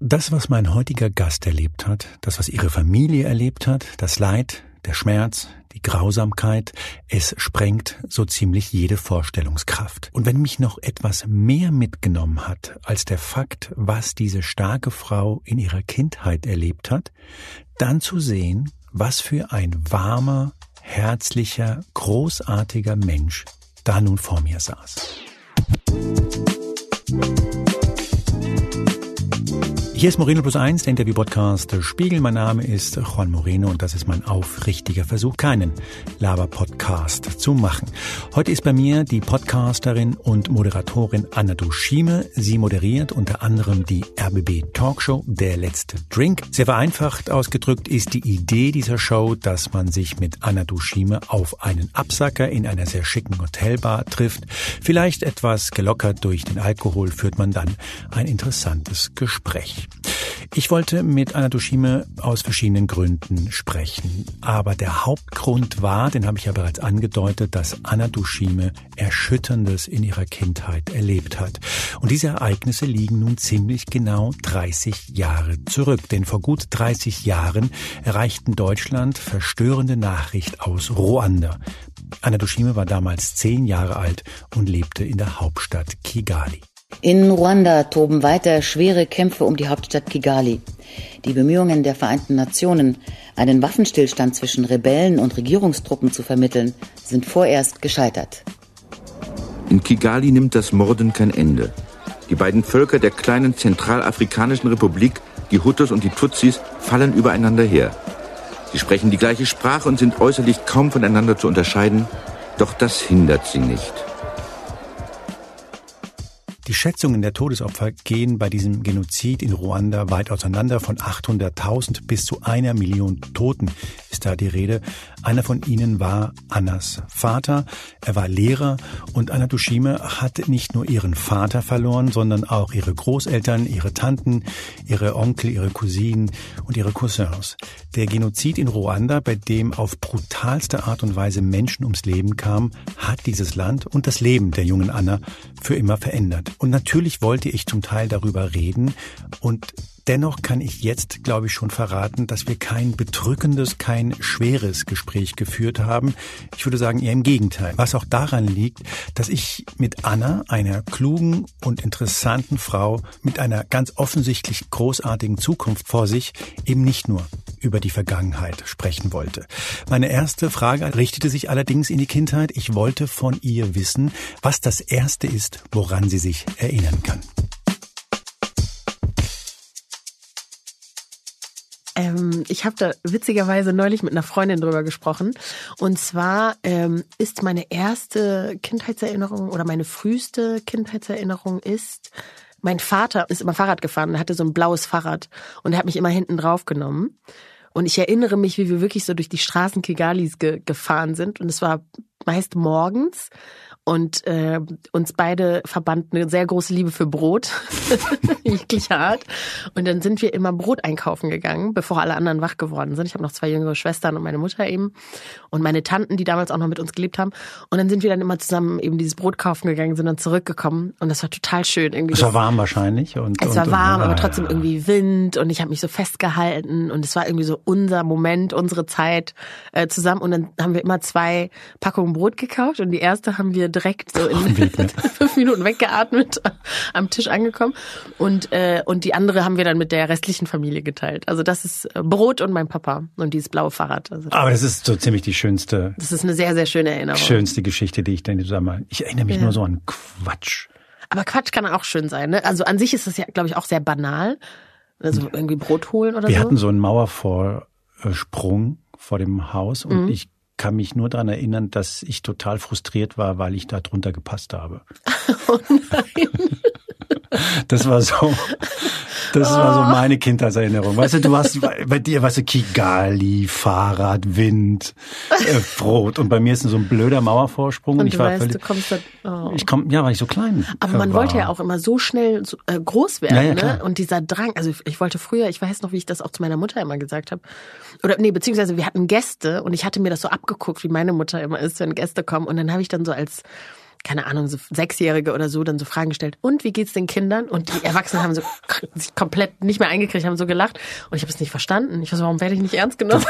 Das, was mein heutiger Gast erlebt hat, das, was ihre Familie erlebt hat, das Leid, der Schmerz, die Grausamkeit, es sprengt so ziemlich jede Vorstellungskraft. Und wenn mich noch etwas mehr mitgenommen hat als der Fakt, was diese starke Frau in ihrer Kindheit erlebt hat, dann zu sehen, was für ein warmer, herzlicher, großartiger Mensch da nun vor mir saß. Hier ist Moreno Plus 1, der Interview-Podcast der Spiegel. Mein Name ist Juan Moreno und das ist mein aufrichtiger Versuch, keinen Laber-Podcast zu machen. Heute ist bei mir die Podcasterin und Moderatorin Anna Dushime. Sie moderiert unter anderem die RBB-Talkshow Der letzte Drink. Sehr vereinfacht ausgedrückt ist die Idee dieser Show, dass man sich mit Anna Dushime auf einen Absacker in einer sehr schicken Hotelbar trifft. Vielleicht etwas gelockert durch den Alkohol führt man dann ein interessantes Gespräch. Ich wollte mit Anna Dushime aus verschiedenen Gründen sprechen. Aber der Hauptgrund war, den habe ich ja bereits angedeutet, dass Anna Dushime Erschütterndes in ihrer Kindheit erlebt hat. Und diese Ereignisse liegen nun ziemlich genau 30 Jahre zurück. Denn vor gut 30 Jahren erreichten Deutschland verstörende Nachricht aus Ruanda. Anna Dushime war damals 10 Jahre alt und lebte in der Hauptstadt Kigali. In Ruanda toben weiter schwere Kämpfe um die Hauptstadt Kigali. Die Bemühungen der Vereinten Nationen, einen Waffenstillstand zwischen Rebellen und Regierungstruppen zu vermitteln, sind vorerst gescheitert. In Kigali nimmt das Morden kein Ende. Die beiden Völker der kleinen zentralafrikanischen Republik, die Hutus und die Tutsis, fallen übereinander her. Sie sprechen die gleiche Sprache und sind äußerlich kaum voneinander zu unterscheiden, doch das hindert sie nicht. Die Schätzungen der Todesopfer gehen bei diesem Genozid in Ruanda weit auseinander. Von 800.000 bis zu 1 Million Toten ist da die Rede. Einer von ihnen war Annas Vater. Er war Lehrer und Anna Dushime hat nicht nur ihren Vater verloren, sondern auch ihre Großeltern, ihre Tanten, ihre Onkel, ihre Cousinen und ihre Cousins. Der Genozid in Ruanda, bei dem auf brutalste Art und Weise Menschen ums Leben kamen, hat dieses Land und das Leben der jungen Anna für immer verändert. Und natürlich wollte ich zum Teil darüber reden und dennoch kann ich jetzt, glaube ich, schon verraten, dass wir kein bedrückendes, kein schweres Gespräch geführt haben. Ich würde sagen, eher im Gegenteil. Was auch daran liegt, dass ich mit Anna, einer klugen und interessanten Frau mit einer ganz offensichtlich großartigen Zukunft vor sich, eben nicht nur über die Vergangenheit sprechen wollte. Meine erste Frage richtete sich allerdings in die Kindheit. Ich wollte von ihr wissen, was das Erste ist, woran sie sich erinnern kann. Ich habe da witzigerweise neulich mit einer Freundin drüber gesprochen. Und zwar ist meine erste Kindheitserinnerung oder meine früheste Kindheitserinnerung ist, mein Vater ist immer Fahrrad gefahren und hatte so ein blaues Fahrrad und er hat mich immer hinten drauf genommen. Und ich erinnere mich, wie wir wirklich so durch die Straßen Kigalis gefahren sind. Und es war meist morgens. Und uns beide verband eine sehr große Liebe für Brot, jeglicher Art. Und dann sind wir immer Brot einkaufen gegangen, bevor alle anderen wach geworden sind. Ich habe noch 2 jüngere Schwestern und meine Mutter eben und meine Tanten, die damals auch noch mit uns gelebt haben. Und dann sind wir dann immer zusammen eben dieses Brot kaufen gegangen, sind dann zurückgekommen. Und das war total schön. Irgendwie es war warm wahrscheinlich. Es war warm, aber trotzdem irgendwie Wind. Und ich habe mich so festgehalten. Und es war irgendwie so unser Moment, unsere Zeit zusammen. Und dann haben wir immer 2 Packungen Brot gekauft. Und die erste haben wir direkt so in 5 Minuten weggeatmet, am Tisch angekommen. Und die andere haben wir dann mit der restlichen Familie geteilt. Also das ist Brot und mein Papa und dieses blaue Fahrrad. Also aber das ist so ziemlich die schönste. Das ist eine sehr, sehr schöne Erinnerung. Schönste Geschichte, die ich denke zusammen. Ich erinnere mich nur so an Quatsch. Aber Quatsch kann auch schön sein, ne? Also an sich ist das ja, glaube ich, auch sehr banal. Also irgendwie Brot holen oder so. Wir hatten so einen Mauervorsprung vor dem Haus und ich kann mich nur daran erinnern, dass ich total frustriert war, weil ich da drunter gepasst habe. Oh nein. Das war so meine Kindheitserinnerung. Weißt du, du hast bei dir, weißt du, Kigali, Fahrrad, Wind, Brot. Und bei mir ist so ein blöder Mauervorsprung. Und ich du war weißt, du kommst da, weil ich so klein war. Aber man wollte ja auch immer so schnell groß werden, ja, ne? Und dieser Drang, also ich wollte früher, ich weiß noch, wie ich das auch zu meiner Mutter immer gesagt habe. Beziehungsweise wir hatten Gäste und ich hatte mir das so abgeguckt, wie meine Mutter immer ist, wenn Gäste kommen. Und dann habe ich dann so als keine Ahnung, so 6-Jährige oder so, dann so Fragen gestellt. Und wie geht's den Kindern? Und die Erwachsenen haben so sich komplett nicht mehr eingekriegt, haben so gelacht. Und ich habe es nicht verstanden. Ich weiß, warum werde ich nicht ernst genommen?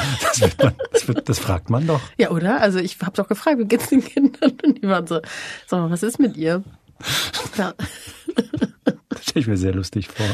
Das fragt man doch. Ja, oder? Also ich habe doch gefragt, wie geht's den Kindern? Und die waren so, was ist mit ihr? Ja. Das stelle ich mir sehr lustig vor.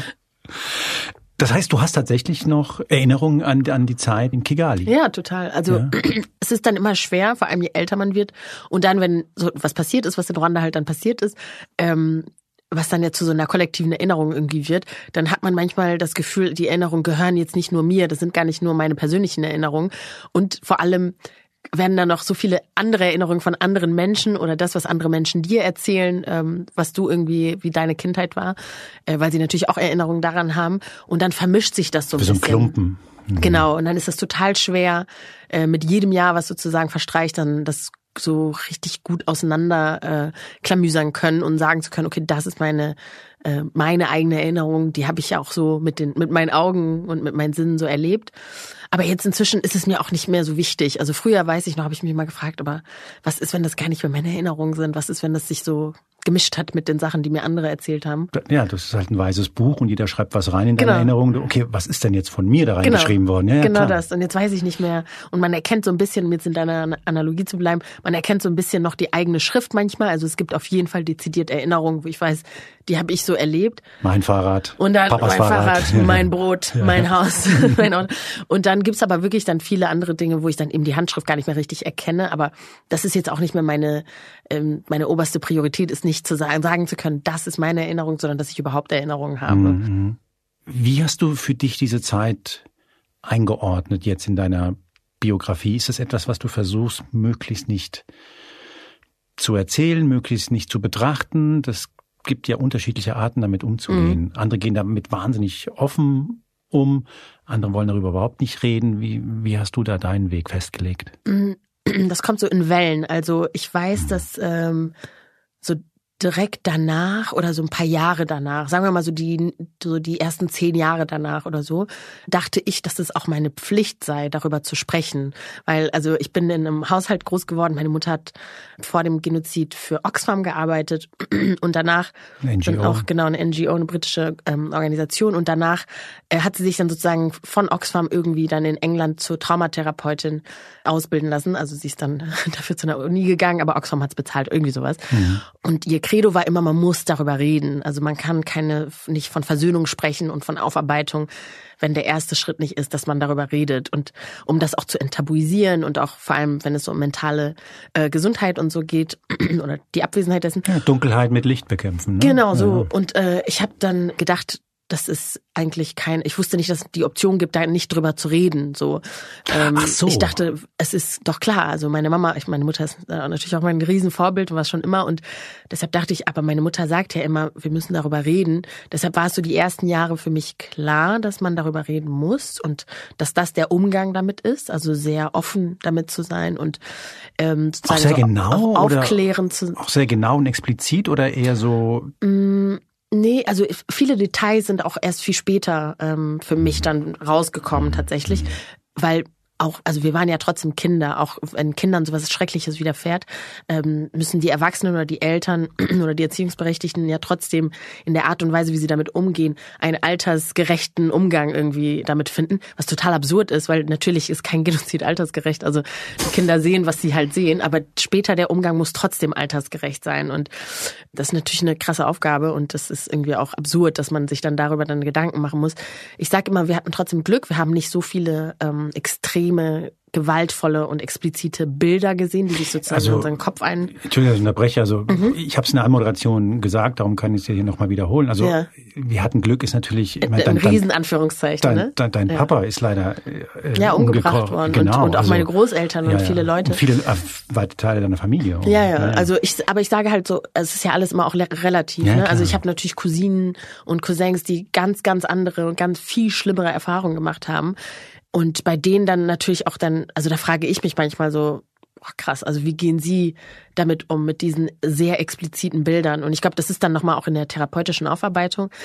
Das heißt, du hast tatsächlich noch Erinnerungen an die Zeit in Kigali? Ja, total. Also es ist dann immer schwer, vor allem je älter man wird. Und dann, wenn so was passiert ist, was in Ruanda halt dann passiert ist, was dann ja zu so einer kollektiven Erinnerung irgendwie wird, dann hat man manchmal das Gefühl, die Erinnerungen gehören jetzt nicht nur mir, das sind gar nicht nur meine persönlichen Erinnerungen. Und vor allem werden da noch so viele andere Erinnerungen von anderen Menschen oder das, was andere Menschen dir erzählen, was du irgendwie, wie deine Kindheit war, weil sie natürlich auch Erinnerungen daran haben. Und dann vermischt sich das so ein bisschen. Wie so ein Klumpen. Mhm. Genau, und dann ist das total schwer, mit jedem Jahr, was sozusagen verstreicht, dann das so richtig gut auseinander klamüsern können und sagen zu können, okay, das ist meine eigene Erinnerung, die habe ich ja auch so mit meinen Augen und mit meinen Sinnen so erlebt. Aber jetzt inzwischen ist es mir auch nicht mehr so wichtig. Also früher, weiß ich noch, habe ich mich mal gefragt, aber was ist, wenn das gar nicht mehr meine Erinnerungen sind? Was ist, wenn das sich so gemischt hat mit den Sachen, die mir andere erzählt haben? Ja, das ist halt ein weißes Buch und jeder schreibt was rein in deine Erinnerung. Okay, was ist denn jetzt von mir da reingeschrieben worden? Ja, genau klar. Das. Und jetzt weiß ich nicht mehr. Und man erkennt so ein bisschen, um jetzt in deiner Analogie zu bleiben, man erkennt so ein bisschen noch die eigene Schrift manchmal. Also es gibt auf jeden Fall dezidiert Erinnerungen, wo ich weiß, die habe ich so erlebt. Mein Fahrrad. Und dann Papas mein Fahrrad, mein Brot, mein Haus, mein Auto. Und dann gibt's aber wirklich dann viele andere Dinge, wo ich dann eben die Handschrift gar nicht mehr richtig erkenne. Aber das ist jetzt auch nicht mehr meine oberste Priorität, ist nicht zu sagen zu können, das ist meine Erinnerung, sondern dass ich überhaupt Erinnerungen habe. Mhm. Wie hast du für dich diese Zeit eingeordnet jetzt in deiner Biografie? Ist das etwas, was du versuchst, möglichst nicht zu erzählen, möglichst nicht zu betrachten? Das gibt ja unterschiedliche Arten, damit umzugehen. Andere gehen damit wahnsinnig offen um, andere wollen darüber überhaupt nicht reden. Wie hast du da deinen Weg festgelegt? Das kommt so in Wellen. Also ich weiß, dass so direkt danach oder so ein paar Jahre danach, sagen wir mal so die ersten 10 Jahre danach oder so, dachte ich, dass es auch meine Pflicht sei, darüber zu sprechen. Weil, also ich bin in einem Haushalt groß geworden. Meine Mutter hat vor dem Genozid für Oxfam gearbeitet und danach eine NGO. Auch genau eine NGO, eine britische Organisation. Und danach hat sie sich dann sozusagen von Oxfam irgendwie dann in England zur Traumatherapeutin ausbilden lassen. Also sie ist dann dafür zu einer Uni gegangen, aber Oxfam hat es bezahlt, irgendwie sowas. Mhm. Und ihr Credo war immer, man muss darüber reden. Also man kann nicht von Versöhnung sprechen und von Aufarbeitung, wenn der erste Schritt nicht ist, dass man darüber redet. Und um das auch zu enttabuisieren und auch vor allem, wenn es so um mentale Gesundheit und so geht oder die Abwesenheit dessen. Ja, Dunkelheit mit Licht bekämpfen. Ne? Genau so. Ja. Und ich habe dann gedacht, das ist eigentlich ich wusste nicht, dass es die Option gibt, da nicht drüber zu reden. So. Ach so. Ich dachte, es ist doch klar. Also meine Mutter ist natürlich auch mein Riesenvorbild und war schon immer. Und deshalb dachte ich, aber meine Mutter sagt ja immer, wir müssen darüber reden. Deshalb war es so die ersten Jahre für mich klar, dass man darüber reden muss und dass das der Umgang damit ist. Also sehr offen damit zu sein und sozusagen auch sehr genau, auch aufklärend zu. Auch sehr genau und explizit oder eher so? Nee, also viele Details sind auch erst viel später für mich dann rausgekommen tatsächlich, weil auch, also wir waren ja trotzdem Kinder, auch wenn Kindern sowas Schreckliches widerfährt, müssen die Erwachsenen oder die Eltern oder die Erziehungsberechtigten ja trotzdem in der Art und Weise, wie sie damit umgehen, einen altersgerechten Umgang irgendwie damit finden, was total absurd ist, weil natürlich ist kein Genozid altersgerecht, also die Kinder sehen, was sie halt sehen, aber später der Umgang muss trotzdem altersgerecht sein und das ist natürlich eine krasse Aufgabe und das ist irgendwie auch absurd, dass man sich dann darüber dann Gedanken machen muss. Ich sage immer, wir hatten trotzdem Glück, wir haben nicht so viele extreme, gewaltvolle und explizite Bilder gesehen, die sich sozusagen in unseren Kopf Entschuldigung, dass ich unterbreche. Also ich habe es in der Anmoderation gesagt, darum kann ich es hier nochmal wiederholen. Also wir hatten Glück, ist natürlich... Ein Riesenanführungszeichen. Dein Papa ist leider umgebracht worden. Genau, und auch meine Großeltern und viele Leute. Und viele weite Teile deiner Familie. Also aber ich sage halt so, es ist ja alles immer auch relativ. Ja, ne? Also ich habe natürlich Cousinen und Cousins, die ganz, ganz andere und ganz viel schlimmere Erfahrungen gemacht haben. Und bei denen dann natürlich auch also da frage ich mich manchmal so, krass, also wie gehen Sie damit um, mit diesen sehr expliziten Bildern? Und ich glaube, das ist dann nochmal auch in der therapeutischen Aufarbeitung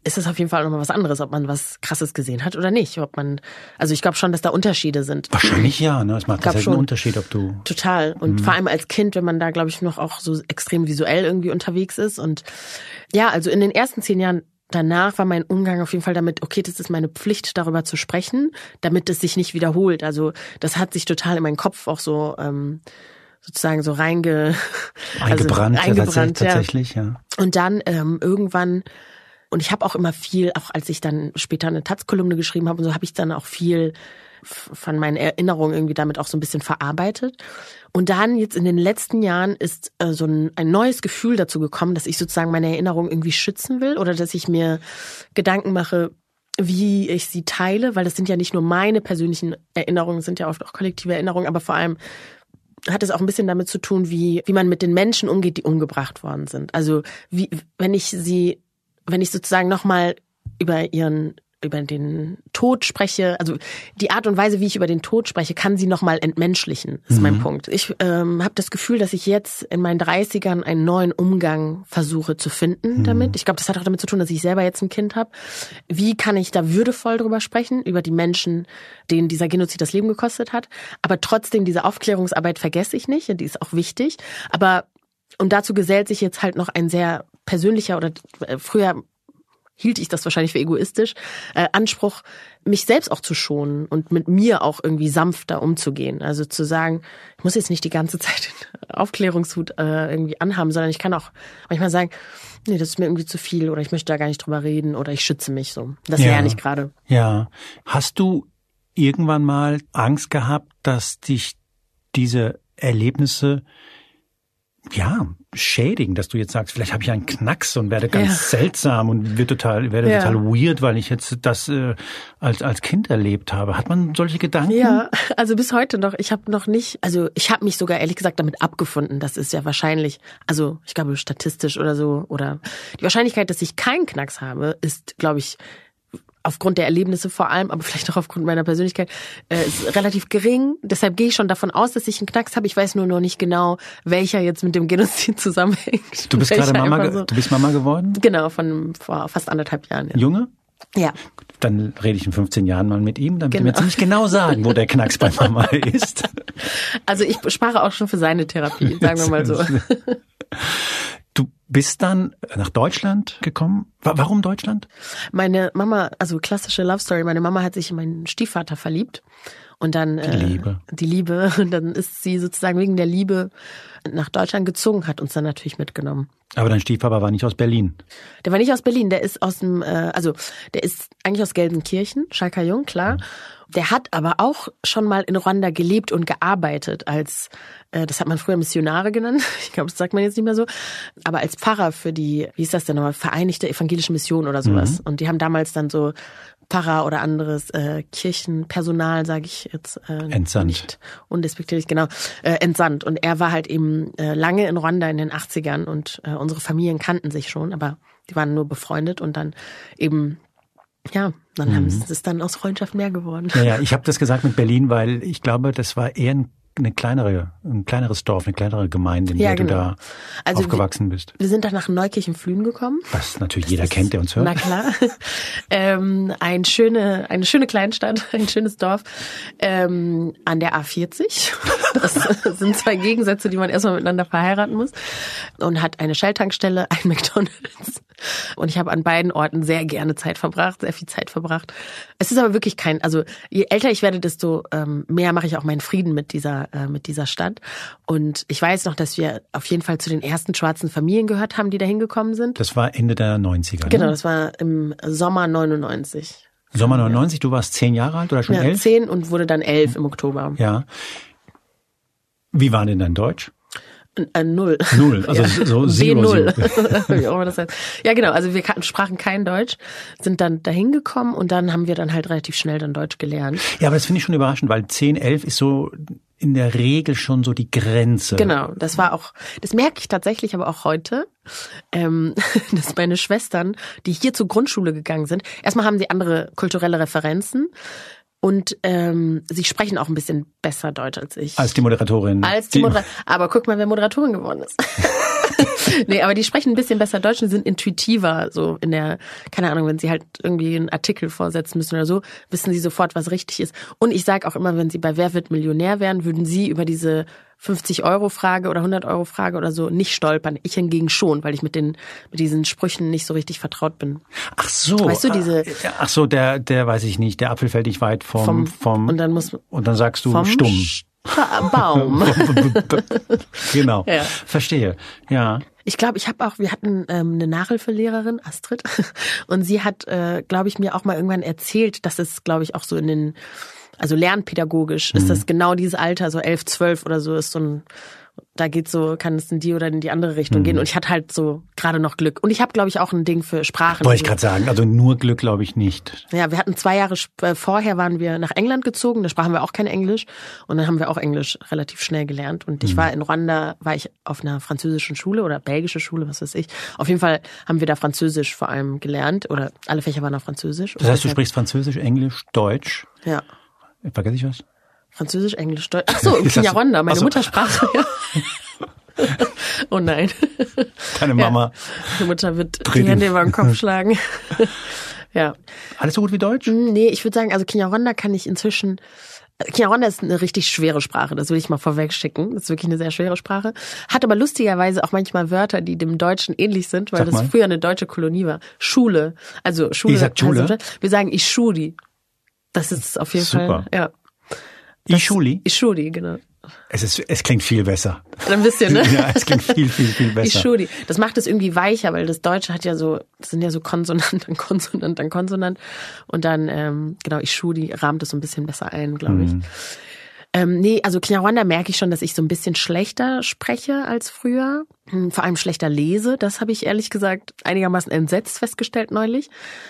ist es auf jeden Fall nochmal was anderes, ob man was Krasses gesehen hat oder nicht. Also ich glaube schon, dass da Unterschiede sind. Wahrscheinlich ja, ne? Es macht tatsächlich einen Unterschied, ob du... Total. Und vor allem als Kind, wenn man da, glaube ich, noch auch so extrem visuell irgendwie unterwegs ist. Und ja, also in den ersten 10 Jahren danach war mein Umgang auf jeden Fall damit, okay, das ist meine Pflicht, darüber zu sprechen, damit es sich nicht wiederholt. Also das hat sich total in meinen Kopf auch so sozusagen so eingebrannt tatsächlich, ja. Und dann irgendwann, und ich habe auch immer viel, auch als ich dann später eine Taz-Kolumne geschrieben habe und so, habe ich dann auch viel von meinen Erinnerungen irgendwie damit auch so ein bisschen verarbeitet. Und dann jetzt in den letzten Jahren ist so ein neues Gefühl dazu gekommen, dass ich sozusagen meine Erinnerungen irgendwie schützen will oder dass ich mir Gedanken mache, wie ich sie teile, weil das sind ja nicht nur meine persönlichen Erinnerungen, es sind ja oft auch kollektive Erinnerungen, aber vor allem hat es auch ein bisschen damit zu tun, wie man mit den Menschen umgeht, die umgebracht worden sind. Also wenn ich sozusagen nochmal über den Tod spreche, also die Art und Weise, wie ich über den Tod spreche, kann sie nochmal entmenschlichen, ist mein Punkt. Ich habe das Gefühl, dass ich jetzt in meinen 30ern einen neuen Umgang versuche zu finden damit. Ich glaube, das hat auch damit zu tun, dass ich selber jetzt ein Kind habe. Wie kann ich da würdevoll drüber sprechen, über die Menschen, denen dieser Genozid das Leben gekostet hat, aber trotzdem diese Aufklärungsarbeit vergesse ich nicht, die ist auch wichtig, aber und dazu gesellt sich jetzt halt noch ein sehr persönlicher oder früher hielt ich das wahrscheinlich für egoistisch, Anspruch, mich selbst auch zu schonen und mit mir auch irgendwie sanfter umzugehen. Also zu sagen, ich muss jetzt nicht die ganze Zeit den Aufklärungshut irgendwie anhaben, sondern ich kann auch manchmal sagen, nee, das ist mir irgendwie zu viel oder ich möchte da gar nicht drüber reden oder ich schütze mich so. Das lerne ich gerade. Ja. Hast du irgendwann mal Angst gehabt, dass dich diese Erlebnisse schädigen, dass du jetzt sagst, vielleicht habe ich einen Knacks und werde ganz seltsam und werde total weird, weil ich jetzt das als Kind erlebt habe. Hat man solche Gedanken? Ja, also bis heute noch. Ich habe mich sogar ehrlich gesagt damit abgefunden. Das ist ja wahrscheinlich, also ich glaube statistisch oder so, oder die Wahrscheinlichkeit, dass ich keinen Knacks habe, ist, glaube ich, aufgrund der Erlebnisse vor allem, aber vielleicht auch aufgrund meiner Persönlichkeit, ist relativ gering. Deshalb gehe ich schon davon aus, dass ich einen Knacks habe. Ich weiß nur noch nicht genau, welcher jetzt mit dem Genozid zusammenhängt. Du bist gerade Mama, du bist Mama geworden? Genau, vor fast 1,5 Jahren. Ja. Junge? Ja. Dann rede ich in 15 Jahren mal mit ihm, dann wird er mir ziemlich genau sagen, wo der Knacks bei Mama ist. Also ich spare auch schon für seine Therapie, sagen wir mal so. Du bist dann nach Deutschland gekommen. Warum Deutschland? Meine Mama, also klassische Love Story, meine Mama hat sich in meinen Stiefvater verliebt. Und dann die Liebe. Und dann ist sie sozusagen wegen der Liebe nach Deutschland gezogen, hat uns dann natürlich mitgenommen. Aber dein Stiefvater war nicht aus Berlin? Der war nicht aus Berlin, der ist aus dem, der ist eigentlich aus Gelsenkirchen, Schalker Jung, klar. Der hat aber auch schon mal in Ruanda gelebt und gearbeitet als, das hat man früher Missionare genannt, ich glaube, das sagt man jetzt nicht mehr so, aber als Pfarrer für die, wie ist das denn nochmal, Vereinigte Evangelische Mission oder sowas. Und die haben damals dann so Pfarrer oder anderes Kirchenpersonal, sage ich jetzt entsandt. Nicht undespektierlich, genau, entsandt. Und er war halt eben lange in Ruanda in den 80ern und unsere Familien kannten sich schon, aber die waren nur befreundet und dann eben dann ist es dann aus Freundschaft mehr geworden. Ja, ich habe das gesagt mit Berlin, weil ich glaube, das war eher ein kleineres Dorf, eine kleinere Gemeinde, in der du da aufgewachsen bist. Wir sind dann nach Neukirchen-Flühen gekommen. Was natürlich jeder kennt, der uns hört. Na klar. Eine schöne Kleinstadt, ein schönes Dorf an der A40. Das sind 2 Gegensätze, die man erstmal miteinander verheiraten muss. Und hat eine Shell-Tankstelle, ein McDonald's. Und ich habe an beiden Orten sehr gerne Zeit verbracht, sehr viel Zeit verbracht. Es ist aber wirklich also je älter ich werde, desto mehr mache ich auch meinen Frieden mit dieser Stadt. Und ich weiß noch, dass wir auf jeden Fall zu den ersten schwarzen Familien gehört haben, die da hingekommen sind. Das war Ende der 90er, Genau, das war im Sommer 99. Sommer 99, du warst 10 Jahre alt oder schon 11? 10 und wurde dann 11 im Oktober. Ja. Wie war denn dein Deutsch? 0. 0, also so B0. Wie auch immer das heißt. Ja, genau, also wir sprachen kein Deutsch, sind dann dahin gekommen und dann haben wir dann halt relativ schnell dann Deutsch gelernt. Ja, aber das finde ich schon überraschend, weil 10, 11 ist so in der Regel schon so die Grenze. Genau, das merke ich tatsächlich aber auch heute, dass meine Schwestern, die hier zur Grundschule gegangen sind, erstmal haben sie andere kulturelle Referenzen. Und sie sprechen auch ein bisschen besser Deutsch als ich. Als die Moderatorin. Aber guck mal, wer Moderatorin geworden ist. Nee, aber die sprechen ein bisschen besser Deutsch und sind intuitiver, so in der, keine Ahnung, wenn sie halt irgendwie einen Artikel vorsetzen müssen oder so, wissen sie sofort, was richtig ist. Und ich sage auch immer, wenn sie bei Wer wird Millionär wären, würden sie über diese 50-Euro-Frage oder 100-Euro-Frage oder so nicht stolpern. Ich hingegen schon, weil ich mit diesen Sprüchen nicht so richtig vertraut bin. Ach so. Weißt du, diese... Ach so, der weiß ich nicht, der Apfel fällt nicht weit vom und dann sagst du stumm. Baum. Genau. Ja. Verstehe. Ja. Ich glaube, wir hatten eine Nachhilfelehrerin, Astrid, und sie hat, glaube ich, mir auch mal irgendwann erzählt, dass es, glaube ich, auch so also lernpädagogisch ist das genau dieses Alter, so 11, 12 oder so, ist so ein, da geht so, kann es in die oder in die andere Richtung gehen. Und ich hatte halt so gerade noch Glück. Und ich habe, glaube ich, auch ein Ding für Sprachen. Wollte ich gerade sagen, also nur Glück glaube ich nicht. Ja, wir hatten 2 Jahre vorher waren wir nach England gezogen, da sprachen wir auch kein Englisch. Und dann haben wir auch Englisch relativ schnell gelernt. Und ich war in Ruanda, war ich auf einer französischen Schule oder belgische Schule, was weiß ich. Auf jeden Fall haben wir da Französisch vor allem gelernt. Oder alle Fächer waren auf Französisch. Das heißt, du sprichst Französisch, Englisch, Deutsch? Ja. Vergesse ich was? Französisch, Englisch, Deutsch. Ach so, Kinyarwanda, meine Muttersprache. Ja. Oh nein. Deine Mama. Ja. Die Mutter wird die Hände über den Kopf schlagen. Ja. Alles so gut wie Deutsch? Nee, ich würde sagen, also Kinyarwanda kann ich inzwischen... Kinyarwanda ist eine richtig schwere Sprache, das will ich mal vorweg schicken. Das ist wirklich eine sehr schwere Sprache. Hat aber lustigerweise auch manchmal Wörter, die dem Deutschen ähnlich sind, weil das früher eine deutsche Kolonie war. Schule, also Schule. Ihr sagt Schule? Wir sagen Ishuri. Das ist auf jeden Fall, ja. Ishuri? Ishuri, genau. Es klingt viel besser. Ein bisschen, ne? Ja, es klingt viel, viel, viel besser. Ishuri. Das macht es irgendwie weicher, weil das Deutsche hat ja so, das sind ja so Konsonant, dann Konsonant, dann Konsonant. Und dann, genau, Ishuri rahmt es so ein bisschen besser ein, glaube ich. Nee, also Kinyarwanda merke ich schon, dass ich so ein bisschen schlechter spreche als früher. Vor allem schlechter lese. Das habe ich ehrlich gesagt einigermaßen entsetzt festgestellt neulich.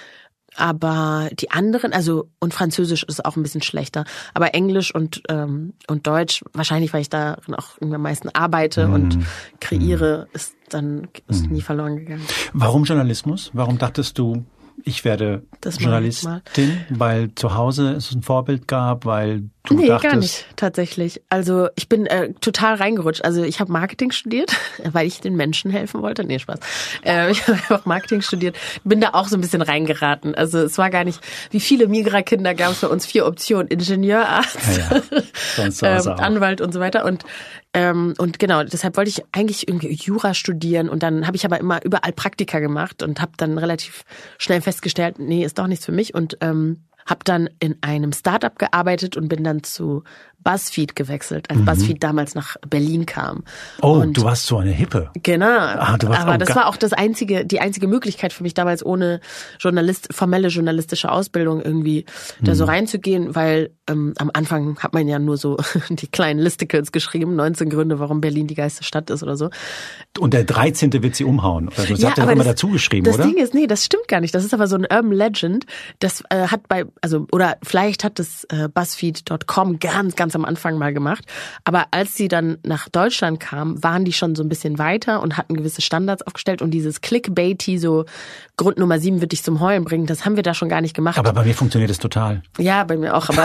Aber die anderen, also und Französisch ist auch ein bisschen schlechter, aber Englisch und Deutsch, wahrscheinlich weil ich darin auch am meisten arbeite und kreiere, ist nie verloren gegangen. Warum Journalismus? Warum dachtest du, ich werde Journalistin, weil zu Hause es ein Vorbild gab, weil du dachtest... Nee, gar nicht, tatsächlich. Also ich bin total reingerutscht. Also ich habe Marketing studiert, weil ich den Menschen helfen wollte. Nee, Spaß. Ich habe einfach Marketing studiert, bin da auch so ein bisschen reingeraten. Also es war gar nicht, wie viele Migra-Kinder gab es bei uns 4 Optionen. Ingenieur, Arzt, Anwalt und so weiter. Und genau, deshalb wollte ich eigentlich irgendwie Jura studieren und dann habe ich aber immer überall Praktika gemacht und habe dann relativ schnell festgestellt, nee, ist doch nichts für mich und habe dann in einem Startup gearbeitet und bin dann zu BuzzFeed gewechselt, als BuzzFeed damals nach Berlin kam. Oh, und du warst so eine Hippe. Genau. Aber das war auch die einzige Möglichkeit für mich damals ohne formelle journalistische Ausbildung irgendwie da so reinzugehen, weil am Anfang hat man ja nur so die kleinen Listicles geschrieben, 19 Gründe, warum Berlin die geilste Stadt ist oder so. Und der 13. wird sie umhauen. Also das habt ihr doch immer dazu geschrieben, oder? Das Ding ist, nee, das stimmt gar nicht. Das ist aber so ein Urban Legend. Das oder vielleicht hat das BuzzFeed.com ganz am Anfang mal gemacht. Aber als sie dann nach Deutschland kamen, waren die schon so ein bisschen weiter und hatten gewisse Standards aufgestellt. Und dieses Clickbaity, so Grund Nummer 7 wird dich zum Heulen bringen, das haben wir da schon gar nicht gemacht. Aber bei mir funktioniert das total. Ja, bei mir auch, aber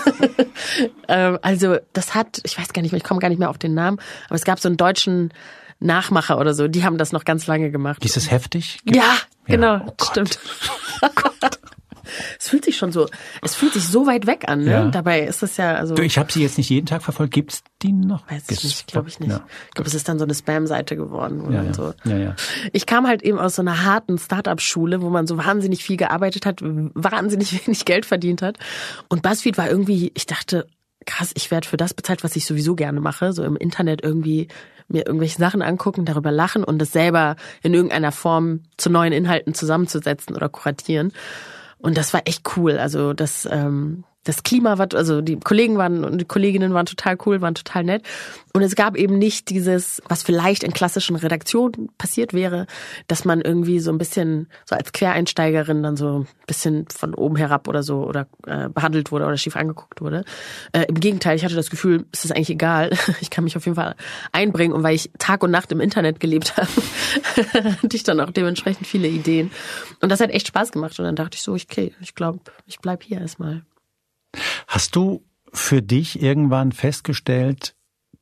also das hat, ich weiß gar nicht mehr, ich komme gar nicht mehr auf den Namen, aber es gab so einen deutschen Nachmacher oder so, die haben das noch ganz lange gemacht. Ist es heftig? Ja, genau, stimmt. Oh Gott. Es fühlt sich so weit weg an, ne? Ja. Dabei ist es ja, also. Ich habe sie jetzt nicht jeden Tag verfolgt. Gibt's die noch? Weiß ich nicht, glaube ich nicht. Ja. Ich glaube, es ist dann so eine Spam-Seite geworden oder so. Ja. Ich kam halt eben aus so einer harten Start-up-Schule, wo man so wahnsinnig viel gearbeitet hat, wahnsinnig wenig Geld verdient hat. Und BuzzFeed war irgendwie, ich dachte, krass, ich werde für das bezahlt, was ich sowieso gerne mache, so im Internet irgendwie mir irgendwelche Sachen angucken, darüber lachen und das selber in irgendeiner Form zu neuen Inhalten zusammenzusetzen oder kuratieren. Und das war echt cool. Also das Klima war, also die Kollegen und die Kolleginnen waren total cool, waren total nett. Und es gab eben nicht dieses, was vielleicht in klassischen Redaktionen passiert wäre, dass man irgendwie so ein bisschen so als Quereinsteigerin dann so ein bisschen von oben herab oder so oder behandelt wurde oder schief angeguckt wurde. Im Gegenteil, ich hatte das Gefühl, es ist eigentlich egal. Ich kann mich auf jeden Fall einbringen. Und weil ich Tag und Nacht im Internet gelebt habe, hatte ich dann auch dementsprechend viele Ideen. Und das hat echt Spaß gemacht. Und dann dachte ich so, okay, ich glaube, ich bleib hier erstmal. Hast du für dich irgendwann festgestellt,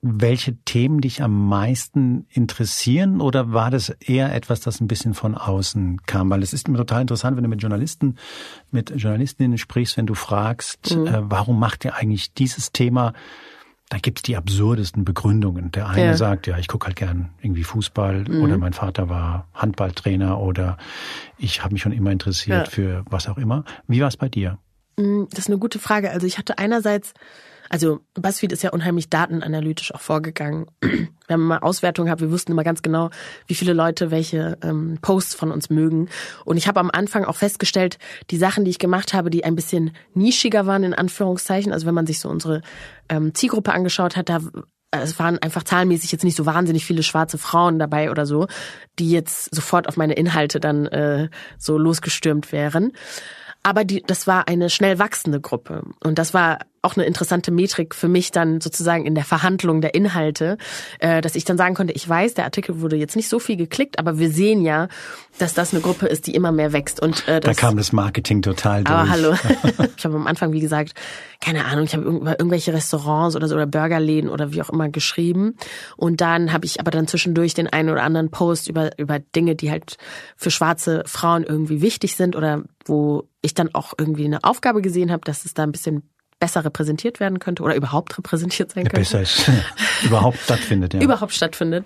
welche Themen dich am meisten interessieren, oder war das eher etwas, das ein bisschen von außen kam? Weil es ist immer total interessant, wenn du mit Journalistinnen sprichst, wenn du fragst, warum macht ihr eigentlich dieses Thema? Da gibt's die absurdesten Begründungen. Der eine sagt, ja, ich gucke halt gern irgendwie Fußball oder mein Vater war Handballtrainer oder ich habe mich schon immer interessiert für was auch immer. Wie war es bei dir? Das ist eine gute Frage. Also ich hatte einerseits, also BuzzFeed ist ja unheimlich datenanalytisch auch vorgegangen. Wir haben immer Auswertungen gehabt, wir wussten immer ganz genau, wie viele Leute welche Posts von uns mögen. Und ich habe am Anfang auch festgestellt, die Sachen, die ich gemacht habe, die ein bisschen nischiger waren, in Anführungszeichen, also wenn man sich so unsere Zielgruppe angeschaut hat, es waren einfach zahlenmäßig jetzt nicht so wahnsinnig viele schwarze Frauen dabei oder so, die jetzt sofort auf meine Inhalte dann so losgestürmt wären. Aber das war eine schnell wachsende Gruppe. Und das war auch eine interessante Metrik für mich dann sozusagen in der Verhandlung der Inhalte, dass ich dann sagen konnte, ich weiß, der Artikel wurde jetzt nicht so viel geklickt, aber wir sehen ja, dass das eine Gruppe ist, die immer mehr wächst. Und da kam das Marketing total durch. Aber hallo, ich habe am Anfang, wie gesagt, keine Ahnung, ich habe über irgendwelche Restaurants oder so oder Burgerläden oder wie auch immer geschrieben. Und dann habe ich aber dann zwischendurch den einen oder anderen Post über Dinge, die halt für schwarze Frauen irgendwie wichtig sind oder wo ich dann auch irgendwie eine Aufgabe gesehen habe, dass es da ein bisschen besser repräsentiert werden könnte oder überhaupt repräsentiert sein könnte. Besser ist, überhaupt stattfindet, ja. Überhaupt stattfindet.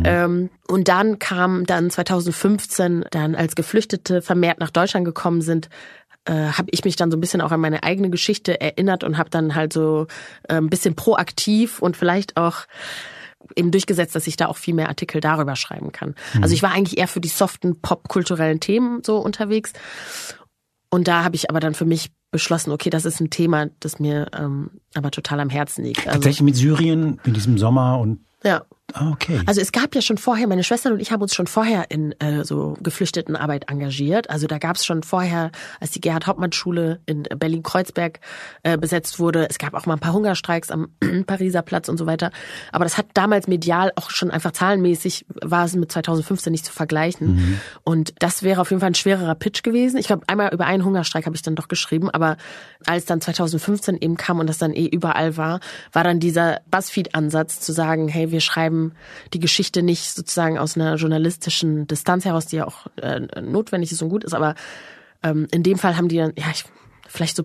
Und dann kam dann 2015, dann als Geflüchtete vermehrt nach Deutschland gekommen sind, habe ich mich dann so ein bisschen auch an meine eigene Geschichte erinnert und habe dann halt so ein bisschen proaktiv und vielleicht auch eben durchgesetzt, dass ich da auch viel mehr Artikel darüber schreiben kann. Also ich war eigentlich eher für die soften popkulturellen Themen so unterwegs. Und da habe ich aber dann für mich beschlossen, okay, das ist ein Thema, das mir aber total am Herzen liegt. Also, tatsächlich mit Syrien in diesem Sommer und ja. Ah, okay. Also es gab ja schon vorher, meine Schwestern und ich haben uns schon vorher in so Geflüchtetenarbeit engagiert. Also da gab es schon vorher, als die Gerhard-Hauptmann-Schule in Berlin-Kreuzberg besetzt wurde, es gab auch mal ein paar Hungerstreiks am Pariser Platz und so weiter. Aber das hat damals medial auch schon einfach zahlenmäßig, war es mit 2015 nicht zu vergleichen. Und das wäre auf jeden Fall ein schwererer Pitch gewesen. Ich glaube, einmal über einen Hungerstreik habe ich dann doch geschrieben, aber als dann 2015 eben kam und das dann überall war dann dieser BuzzFeed-Ansatz zu sagen, hey, wir schreiben die Geschichte nicht sozusagen aus einer journalistischen Distanz heraus, die ja auch notwendig ist und gut ist, aber in dem Fall haben die dann, vielleicht so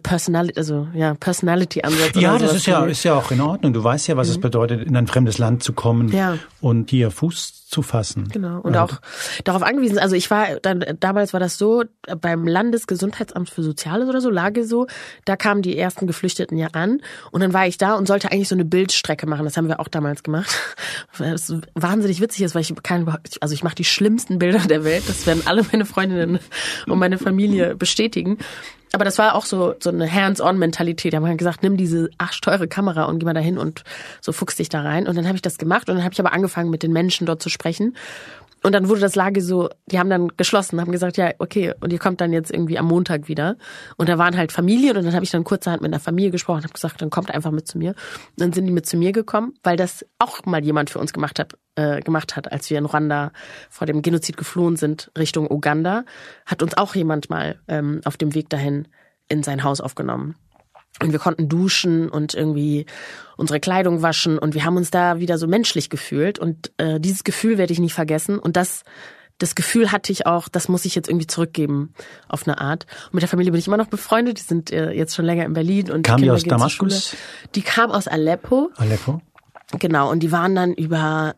Personality-Ansatz. Ja, das ist ja auch in Ordnung. Du weißt ja, was es bedeutet, in ein fremdes Land zu kommen und hier Fuß zu fassen. Genau. Und auch darauf angewiesen. Also damals war das so, beim Landesgesundheitsamt für Soziales oder so, Lage so, da kamen die ersten Geflüchteten ja an und dann war ich da und sollte eigentlich so eine Bildstrecke machen. Das haben wir auch damals gemacht. Was wahnsinnig witzig ist, weil ich mache die schlimmsten Bilder der Welt. Das werden alle meine Freundinnen und meine Familie bestätigen. Aber das war auch so eine Hands-on-Mentalität. Da haben wir gesagt, nimm diese arschteure Kamera und geh mal dahin und so fuchs dich da rein. Und dann habe ich das gemacht und dann habe ich aber angefangen, mit den Menschen dort zu sprechen. Und dann wurde das Lager so, die haben dann geschlossen, haben gesagt, ja, okay, und ihr kommt dann jetzt irgendwie am Montag wieder. Und da waren halt Familien und dann habe ich dann kurzerhand mit einer Familie gesprochen und habe gesagt, dann kommt einfach mit zu mir. Und dann sind die mit zu mir gekommen, weil das auch mal jemand für uns gemacht hat, als wir in Ruanda vor dem Genozid geflohen sind Richtung Uganda, hat uns auch jemand mal auf dem Weg dahin in sein Haus aufgenommen. Und wir konnten duschen und irgendwie unsere Kleidung waschen und wir haben uns da wieder so menschlich gefühlt und dieses Gefühl werde ich nie vergessen und das Gefühl hatte ich auch, das muss ich jetzt irgendwie zurückgeben auf eine Art. Und mit der Familie bin ich immer noch befreundet, die sind jetzt schon länger in Berlin. Und kam die aus Damaskus? Die kam aus Aleppo. Aleppo? Genau, und die waren dann über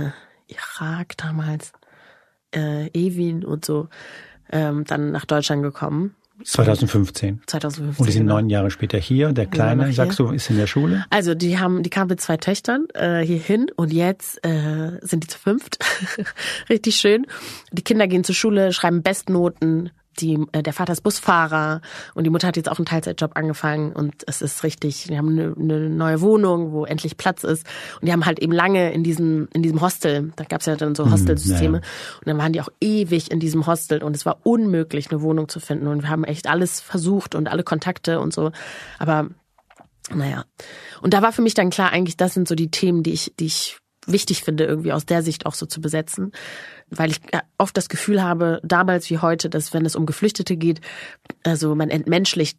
Irak damals, Evin und so, dann nach Deutschland gekommen. 2015. Und die sind 9 Jahre später hier. Der Kleine, sagst du, ist in der Schule? Also die kamen mit 2 Töchtern hier hin und jetzt sind die zu 5. Richtig schön. Die Kinder gehen zur Schule, schreiben Bestnoten. Der Vater ist Busfahrer und die Mutter hat jetzt auch einen Teilzeitjob angefangen und es ist richtig, die haben eine neue Wohnung, wo endlich Platz ist und die haben halt eben lange in diesem Hostel, da gab es ja dann so Hostelsysteme und dann waren die auch ewig in diesem Hostel und es war unmöglich, eine Wohnung zu finden und wir haben echt alles versucht und alle Kontakte und so, aber naja. Und da war für mich dann klar, eigentlich das sind so die Themen, die ich wichtig finde, irgendwie aus der Sicht auch so zu besetzen. Weil ich oft das Gefühl habe, damals wie heute, dass wenn es um Geflüchtete geht, also man entmenschlicht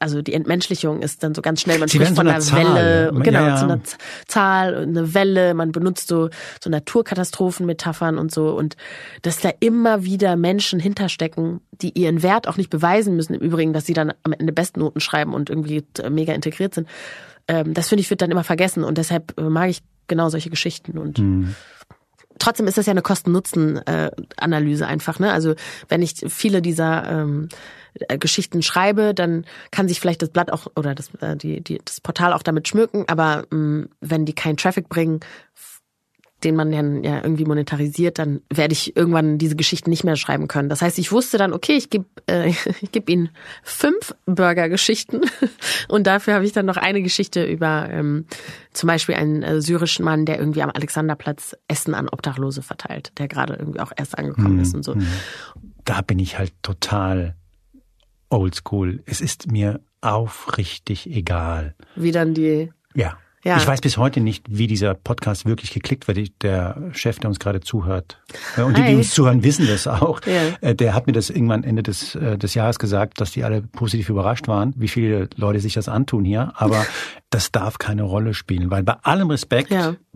also die Entmenschlichung ist dann so ganz schnell, man Sie spricht von so einer Welle, genau, zu einer Zahl, eine Welle, man benutzt so Naturkatastrophenmetaphern und so und dass da immer wieder Menschen hinterstecken, die ihren Wert auch nicht beweisen müssen, im Übrigen, dass sie dann am Ende Bestnoten schreiben und irgendwie mega integriert sind. Das finde ich, wird dann immer vergessen und deshalb mag ich genau solche Geschichten und trotzdem ist das ja eine Kosten-Nutzen-Analyse einfach, ne? Also wenn ich viele dieser Geschichten schreibe, dann kann sich vielleicht das Blatt auch oder das Portal auch damit schmücken, aber wenn die keinen Traffic bringen, den man dann ja irgendwie monetarisiert, dann werde ich irgendwann diese Geschichten nicht mehr schreiben können. Das heißt, ich wusste dann, okay, ich geb ihnen 5 Burger-Geschichten und dafür habe ich dann noch eine Geschichte über zum Beispiel einen syrischen Mann, der irgendwie am Alexanderplatz Essen an Obdachlose verteilt, der gerade irgendwie auch erst angekommen ist und so. Da bin ich halt total oldschool. Es ist mir aufrichtig egal. Wie dann die... Ja. Ja. Ich weiß bis heute nicht, wie dieser Podcast wirklich geklickt wird. Der Chef, der uns gerade zuhört, und die uns zuhören, wissen das auch. Ja. Der hat mir das irgendwann Ende des Jahres gesagt, dass die alle positiv überrascht waren, wie viele Leute sich das antun hier. Aber das darf keine Rolle spielen, weil bei allem Respekt,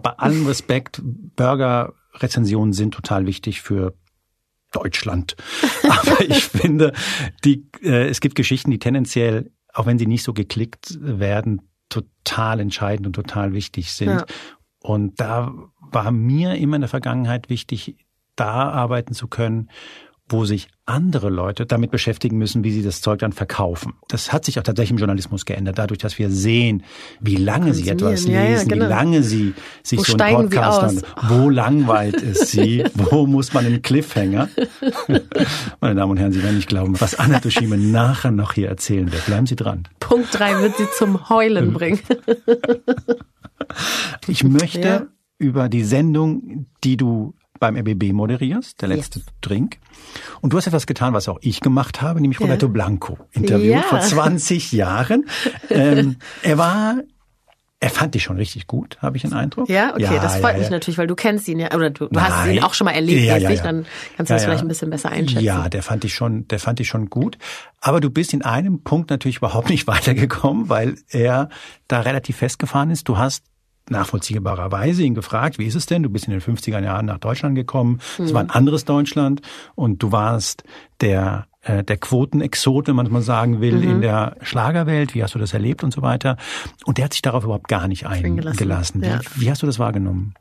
Burger-Rezensionen sind total wichtig für Deutschland. Aber ich finde, es gibt Geschichten, die tendenziell, auch wenn sie nicht so geklickt werden, total entscheidend und total wichtig sind. Ja. Und da war mir immer in der Vergangenheit wichtig, da arbeiten zu können, wo sich andere Leute damit beschäftigen müssen, wie sie das Zeug dann verkaufen. Das hat sich auch tatsächlich im Journalismus geändert, dadurch, dass wir sehen, wie lange sie etwas lesen, genau. Wie lange sie sich so einen Podcast an, wo langweilt es sie, wo muss man einen Cliffhanger. Meine Damen und Herren, Sie werden nicht glauben, was Anna Toshima nachher noch hier erzählen wird. Bleiben Sie dran. Punkt 3 wird sie zum Heulen bringen. Ich möchte über die Sendung, die du beim RBB moderierst, der letzte Drink. Und du hast etwas getan, was auch ich gemacht habe, nämlich Roberto Blanco interviewt vor 20 Jahren. Er fand dich schon richtig gut, habe ich den Eindruck. Ja, okay, das freut mich natürlich, weil du kennst ihn ja, oder du hast ihn auch schon mal erlebt, dann kannst du das vielleicht ein bisschen besser einschätzen. Ja, der fand ich schon gut. Aber du bist in einem Punkt natürlich überhaupt nicht weitergekommen, weil er da relativ festgefahren ist. Du hast nachvollziehbarerweise ihn gefragt, wie ist es denn? Du bist in den 50er Jahren nach Deutschland gekommen. Es war ein anderes Deutschland und du warst der Quotenexot, wenn man es mal sagen will, in der Schlagerwelt. Wie hast du das erlebt und so weiter? Und der hat sich darauf überhaupt gar nicht eingelassen. Ja. Wie hast du das wahrgenommen?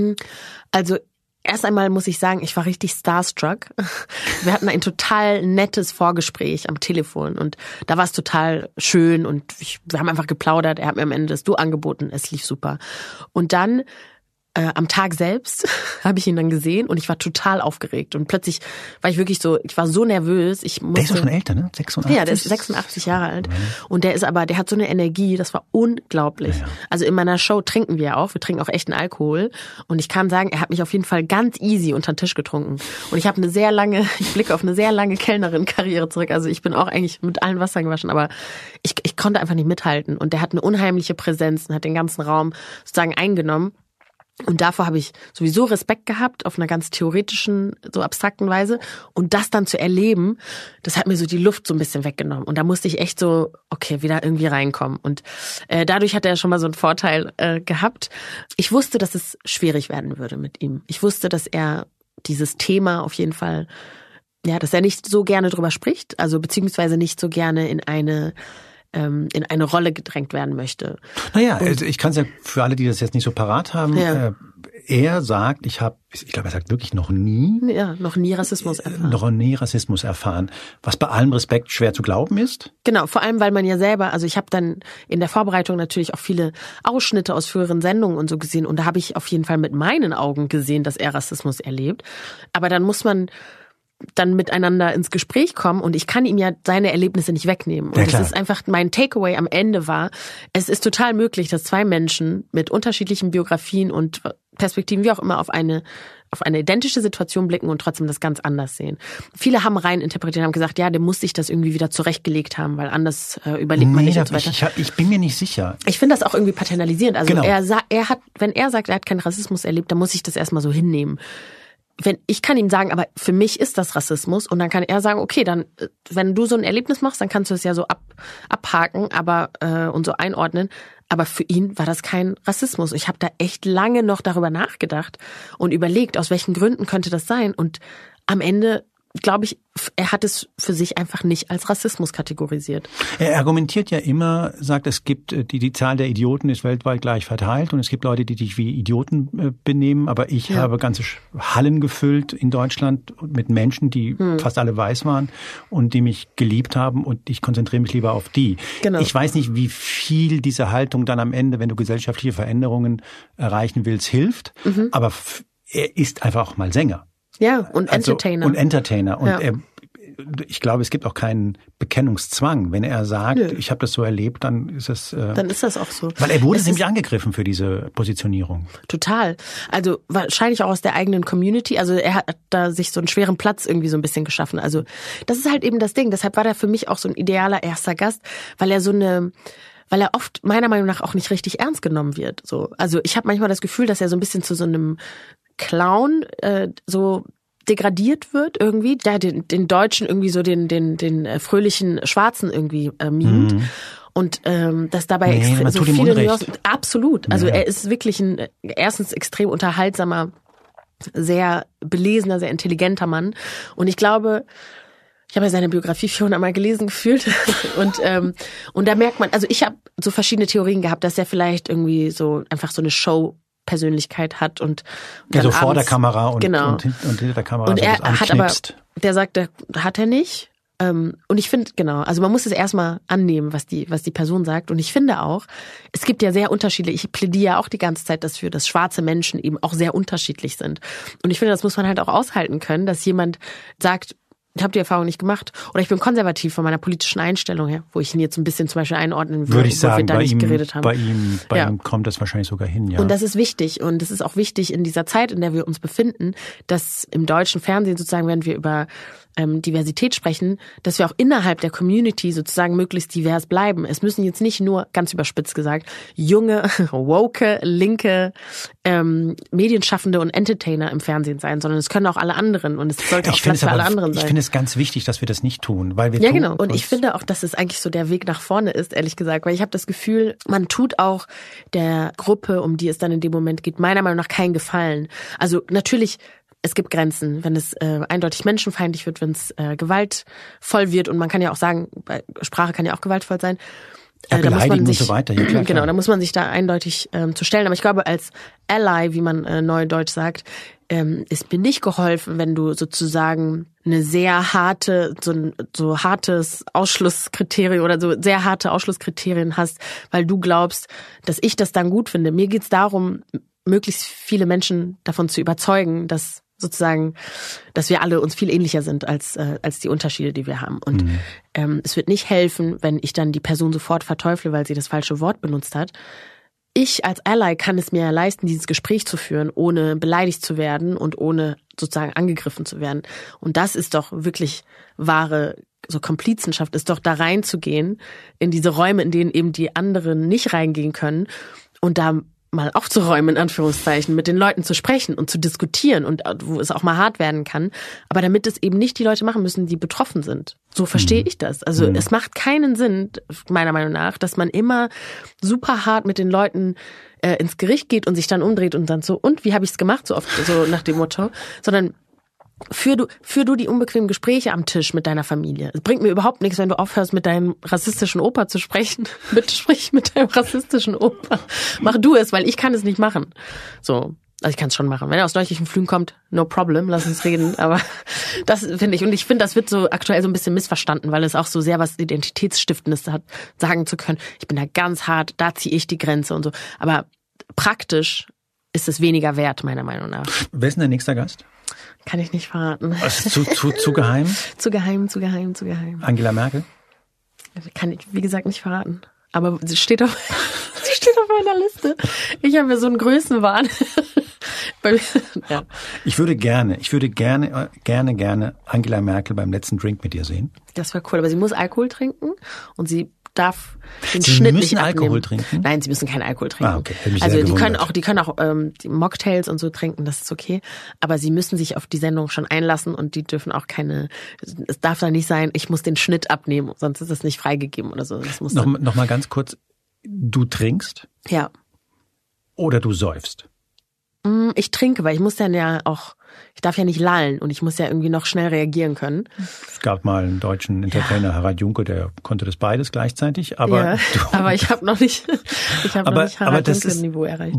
Also erst einmal muss ich sagen, ich war richtig starstruck. Wir hatten ein total nettes Vorgespräch am Telefon und da war es total schön und wir haben einfach geplaudert. Er hat mir am Ende das Du angeboten, es lief super. Und dann am Tag selbst habe ich ihn dann gesehen und ich war total aufgeregt und plötzlich war ich wirklich so, ich war so nervös. Der ist doch schon älter, ne? 86? Ja, der ist 86 Jahre alt und der hat so eine Energie, das war unglaublich. Ja. Also in meiner Show trinken wir auch, wir trinken auch echten Alkohol und ich kann sagen, er hat mich auf jeden Fall ganz easy unter den Tisch getrunken und ich blicke auf eine sehr lange Kellnerin-Karriere zurück, also ich bin auch eigentlich mit allen Wassern gewaschen, aber ich konnte einfach nicht mithalten und der hat eine unheimliche Präsenz und hat den ganzen Raum sozusagen eingenommen. Und davor habe ich sowieso Respekt gehabt, auf einer ganz theoretischen, so abstrakten Weise. Und das dann zu erleben, das hat mir so die Luft so ein bisschen weggenommen. Und da musste ich echt so, okay, wieder irgendwie reinkommen. Und dadurch hat er schon mal so einen Vorteil gehabt. Ich wusste, dass es schwierig werden würde mit ihm. Ich wusste, dass er dieses Thema auf jeden Fall, dass er nicht so gerne drüber spricht, also beziehungsweise nicht so gerne in eine Rolle gedrängt werden möchte. Naja, also ich kann es ja für alle, die das jetzt nicht so parat haben, er sagt, ich glaube, er sagt wirklich noch nie Rassismus erfahren. Was bei allem Respekt schwer zu glauben ist. Genau, vor allem, weil man ja selber, also ich habe dann in der Vorbereitung natürlich auch viele Ausschnitte aus früheren Sendungen und so gesehen und da habe ich auf jeden Fall mit meinen Augen gesehen, dass er Rassismus erlebt. Aber dann muss man dann miteinander ins Gespräch kommen und ich kann ihm ja seine Erlebnisse nicht wegnehmen. Und das ist einfach, mein Takeaway am Ende war, es ist total möglich, dass 2 Menschen mit unterschiedlichen Biografien und Perspektiven, wie auch immer, auf eine identische Situation blicken und trotzdem das ganz anders sehen. Viele haben rein interpretiert, haben gesagt, ja, der muss sich das irgendwie wieder zurechtgelegt haben, weil anders überlegt man nicht und so weiter. Ich bin mir nicht sicher. Ich finde das auch irgendwie paternalisierend. Also wenn er sagt, er hat keinen Rassismus erlebt, dann muss ich das erstmal so hinnehmen. ich kann ihm sagen, aber für mich ist das Rassismus, und dann kann er sagen, okay, dann, wenn du so ein Erlebnis machst, dann kannst du es ja so abhaken, aber und so einordnen. Aber für ihn war das kein Rassismus. Ich habe da echt lange noch darüber nachgedacht und überlegt, aus welchen Gründen könnte das sein. Und am Ende, glaube ich, er hat es für sich einfach nicht als Rassismus kategorisiert. Er argumentiert ja immer, sagt, es gibt die Zahl der Idioten ist weltweit gleich verteilt und es gibt Leute, die sich wie Idioten benehmen, aber ich habe ganze Hallen gefüllt in Deutschland mit Menschen, die fast alle weiß waren und die mich geliebt haben, und ich konzentriere mich lieber auf die. Genau. Ich weiß nicht, wie viel diese Haltung dann am Ende, wenn du gesellschaftliche Veränderungen erreichen willst, hilft, aber er ist einfach auch mal Sänger. Ja, und Entertainer. Und ich glaube, es gibt auch keinen Bekennungszwang. Wenn er sagt, ich habe das so erlebt, dann ist es... dann ist das auch so. Weil er wurde nämlich angegriffen für diese Positionierung. Total. Also wahrscheinlich auch aus der eigenen Community. Also er hat da sich so einen schweren Platz irgendwie so ein bisschen geschaffen. Also das ist halt eben das Ding. Deshalb war der für mich auch so ein idealer erster Gast, weil er oft meiner Meinung nach auch nicht richtig ernst genommen wird. So, also ich habe manchmal das Gefühl, dass er so ein bisschen zu so einem Clown so degradiert wird irgendwie, der den Deutschen irgendwie so den fröhlichen Schwarzen irgendwie mimt. Und dass dabei so viele Nuancen, absolut. Also er ist wirklich ein erstens extrem unterhaltsamer, sehr belesener, sehr intelligenter Mann. Und ich glaube, ich habe ja seine Biografie 400 Mal gelesen gefühlt und da merkt man, also ich habe so verschiedene Theorien gehabt, dass er vielleicht irgendwie so einfach so eine Show-Persönlichkeit hat und ja, so vor der Kamera und hinter der Kamera. Und so er hat aber, der sagt, hat er nicht. Und ich finde, genau, also man muss es erstmal annehmen, was die Person sagt. Und ich finde auch, es gibt ja sehr unterschiedliche, ich plädiere ja auch die ganze Zeit dafür, dass schwarze Menschen eben auch sehr unterschiedlich sind. Und ich finde, das muss man halt auch aushalten können, dass jemand sagt, ich habe die Erfahrung nicht gemacht, oder ich bin konservativ von meiner politischen Einstellung her, wo ich ihn jetzt ein bisschen zum Beispiel einordnen würde ich sagen, wo wir da nicht geredet haben. Bei ihm kommt das wahrscheinlich sogar hin, ja. Und das ist wichtig, und es ist auch wichtig in dieser Zeit, in der wir uns befinden, dass im deutschen Fernsehen sozusagen, wenn wir über Diversität sprechen, dass wir auch innerhalb der Community sozusagen möglichst divers bleiben. Es müssen jetzt nicht nur, ganz überspitzt gesagt, junge, woke, linke Medienschaffende und Entertainer im Fernsehen sein, sondern es können auch alle anderen, und es sollte auch Platz für alle anderen sein. Ich finde es ganz wichtig, dass wir das nicht tun, weil wir genau. Und ich finde auch, dass es eigentlich so der Weg nach vorne ist, ehrlich gesagt, weil ich habe das Gefühl, man tut auch der Gruppe, um die es dann in dem Moment geht, meiner Meinung nach keinen Gefallen. Also natürlich, es gibt Grenzen, wenn es eindeutig menschenfeindlich wird, wenn es gewaltvoll wird, und man kann ja auch sagen, Sprache kann ja auch gewaltvoll sein. Ja, da muss man sich, und so weiter. Ja, klar, genau, da muss man sich da eindeutig zu stellen. Aber ich glaube, als Ally, wie man neudeutsch sagt, ist mir nicht geholfen, wenn du sozusagen eine sehr harte, so hartes Ausschlusskriterium oder so sehr harte Ausschlusskriterien hast, weil du glaubst, dass ich das dann gut finde. Mir geht's darum, möglichst viele Menschen davon zu überzeugen, dass sozusagen, dass wir alle uns viel ähnlicher sind als die Unterschiede, die wir haben. Und es wird nicht helfen, wenn ich dann die Person sofort verteufle, weil sie das falsche Wort benutzt hat. Ich als Ally kann es mir leisten, dieses Gespräch zu führen, ohne beleidigt zu werden und ohne sozusagen angegriffen zu werden. Und das ist doch wirklich wahre so Komplizenschaft, ist doch da reinzugehen in diese Räume, in denen eben die anderen nicht reingehen können, und da mal aufzuräumen, in Anführungszeichen, mit den Leuten zu sprechen und zu diskutieren, und wo es auch mal hart werden kann, aber damit es eben nicht die Leute machen müssen, die betroffen sind. So verstehe ich das. Also es macht keinen Sinn, meiner Meinung nach, dass man immer super hart mit den Leuten ins Gericht geht und sich dann umdreht und dann so, und wie habe ich es gemacht, so oft so nach dem Motto, sondern führ du die unbequemen Gespräche am Tisch mit deiner Familie. Es bringt mir überhaupt nichts, wenn du aufhörst, mit deinem rassistischen Opa zu sprechen. Bitte sprich mit deinem rassistischen Opa. Mach du es, weil ich kann es nicht machen. So, also ich kann es schon machen. Wenn er aus deutlichen Flügen kommt, no problem, lass uns reden. Aber das finde ich, und ich finde, das wird so aktuell so ein bisschen missverstanden, weil es auch so sehr was Identitätsstiftendes hat, sagen zu können, ich bin da ganz hart, da ziehe ich die Grenze und so. Aber praktisch ist es weniger wert, meiner Meinung nach. Wer ist denn der nächste Gast? Kann ich nicht verraten. Zu geheim? Zu geheim. Angela Merkel? Kann ich, wie gesagt, nicht verraten. Aber sie steht auf meiner Liste. Ich habe ja so einen Größenwahn. Ja. Ich würde gerne Angela Merkel beim letzten Drink mit dir sehen. Das war cool. Aber sie muss Alkohol trinken und sie darf den Sie Schnitt müssen nicht abnehmen. Alkohol trinken? Nein, sie müssen keinen Alkohol trinken. Okay. Hätte mich Also sehr die können gewundert. auch die Mocktails und so trinken, das ist okay. Aber sie müssen sich auf die Sendung schon einlassen und die dürfen auch es darf da nicht sein, ich muss den Schnitt abnehmen, sonst ist es nicht freigegeben oder so. Das muss Noch mal ganz kurz, du trinkst ja. oder du säufst? Ich trinke, weil ich muss dann ja auch, ich darf ja nicht lallen und ich muss ja irgendwie noch schnell reagieren können. Es gab mal einen deutschen Entertainer, Harald Junke, der konnte das beides gleichzeitig, aber ja, aber ich habe noch nicht Harald Junke-Niveau erreicht.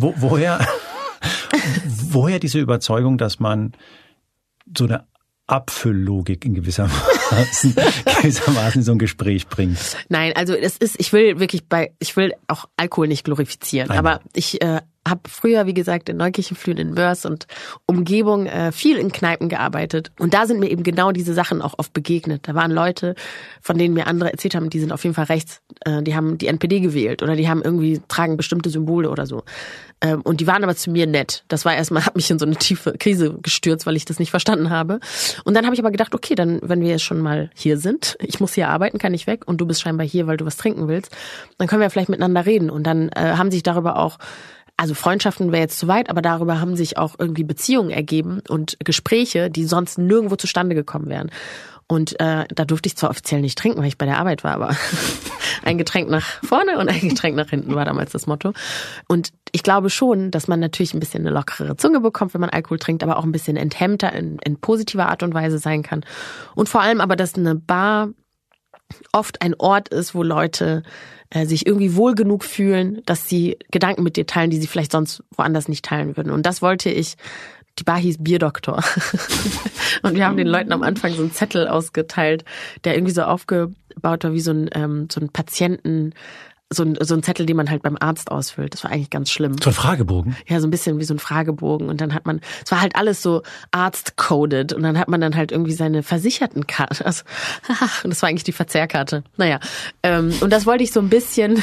Woher diese Überzeugung, dass man so eine Abfülllogik in gewissermaßen in so ein Gespräch bringt? Nein, also ich will auch Alkohol nicht glorifizieren, aber ich habe früher, wie gesagt, in Neukirchenflühen, in Mörs und Umgebung viel in Kneipen gearbeitet. Und da sind mir eben genau diese Sachen auch oft begegnet. Da waren Leute, von denen mir andere erzählt haben, die sind auf jeden Fall rechts. Die haben die NPD gewählt oder die haben tragen bestimmte Symbole oder so. Und die waren aber zu mir nett. Das war hat mich in so eine tiefe Krise gestürzt, weil ich das nicht verstanden habe. Und dann habe ich aber gedacht, okay, dann, wenn wir jetzt schon mal hier sind, ich muss hier arbeiten, kann ich weg und du bist scheinbar hier, weil du was trinken willst, dann können wir vielleicht miteinander reden. Und dann haben sich darüber auch, also Freundschaften wäre jetzt zu weit, aber darüber haben sich auch irgendwie Beziehungen ergeben und Gespräche, die sonst nirgendwo zustande gekommen wären. Und da durfte ich zwar offiziell nicht trinken, weil ich bei der Arbeit war, aber ein Getränk nach vorne und ein Getränk nach hinten war damals das Motto. Und ich glaube schon, dass man natürlich ein bisschen eine lockere Zunge bekommt, wenn man Alkohol trinkt, aber auch ein bisschen enthemmter in positiver Art und Weise sein kann. Und vor allem aber, dass eine Bar oft ein Ort ist, wo Leute sich irgendwie wohl genug fühlen, dass sie Gedanken mit dir teilen, die sie vielleicht sonst woanders nicht teilen würden. Und das wollte ich. Die Bar hieß Bierdoktor. Und wir haben den Leuten am Anfang so einen Zettel ausgeteilt, der irgendwie so aufgebaut war wie so ein Patienten, so ein Zettel, den man halt beim Arzt ausfüllt. Das war eigentlich ganz schlimm. So ein Fragebogen? Ja, so ein bisschen wie so ein Fragebogen. Und dann es war halt alles so Arzt-coded. Und dann hat man dann halt irgendwie seine Versichertenkarte. Also, und das war eigentlich die Verzehrkarte. Naja. Und das wollte ich so ein bisschen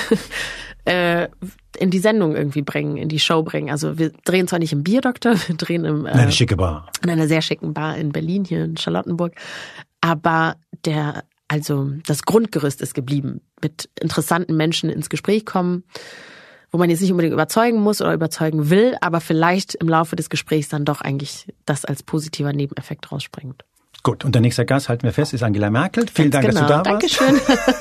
in die Sendung irgendwie bringen, in die Show bringen. Also wir drehen zwar nicht im Bierdoktor, wir drehen in eine schicke Bar. In einer sehr schicken Bar in Berlin, hier in Charlottenburg. Aber das Grundgerüst ist geblieben. Mit interessanten Menschen ins Gespräch kommen, wo man jetzt nicht unbedingt überzeugen muss oder überzeugen will, aber vielleicht im Laufe des Gesprächs dann doch eigentlich das als positiver Nebeneffekt rausspringt. Gut, und der nächste Gast, halten wir fest, ist Angela Merkel. Vielen Dank, dass du da warst. Dankeschön.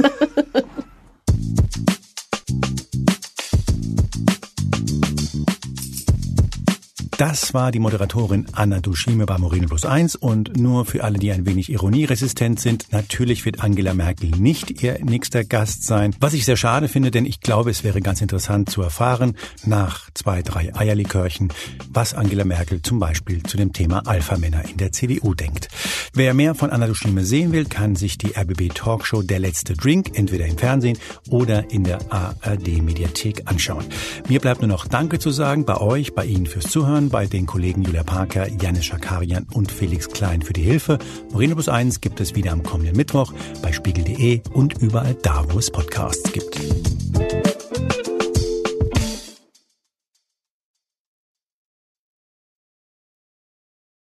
Das war die Moderatorin Anna Dushime bei Moreno Plus 1 und nur für alle, die ein wenig ironieresistent sind, natürlich wird Angela Merkel nicht ihr nächster Gast sein. Was ich sehr schade finde, denn ich glaube, es wäre ganz interessant zu erfahren, nach 2, 3 Eierlikörchen, was Angela Merkel zum Beispiel zu dem Thema Alpha-Männer in der CDU denkt. Wer mehr von Anna Dushime sehen will, kann sich die RBB Talkshow Der letzte Drink entweder im Fernsehen oder in der ARD-Mediathek anschauen. Mir bleibt nur noch Danke zu sagen bei euch, bei Ihnen fürs Zuhören, bei den Kollegen Julia Parker, Janis Schakarian und Felix Klein für die Hilfe. Moreno Plus 1 gibt es wieder am kommenden Mittwoch bei spiegel.de und überall da, wo es Podcasts gibt.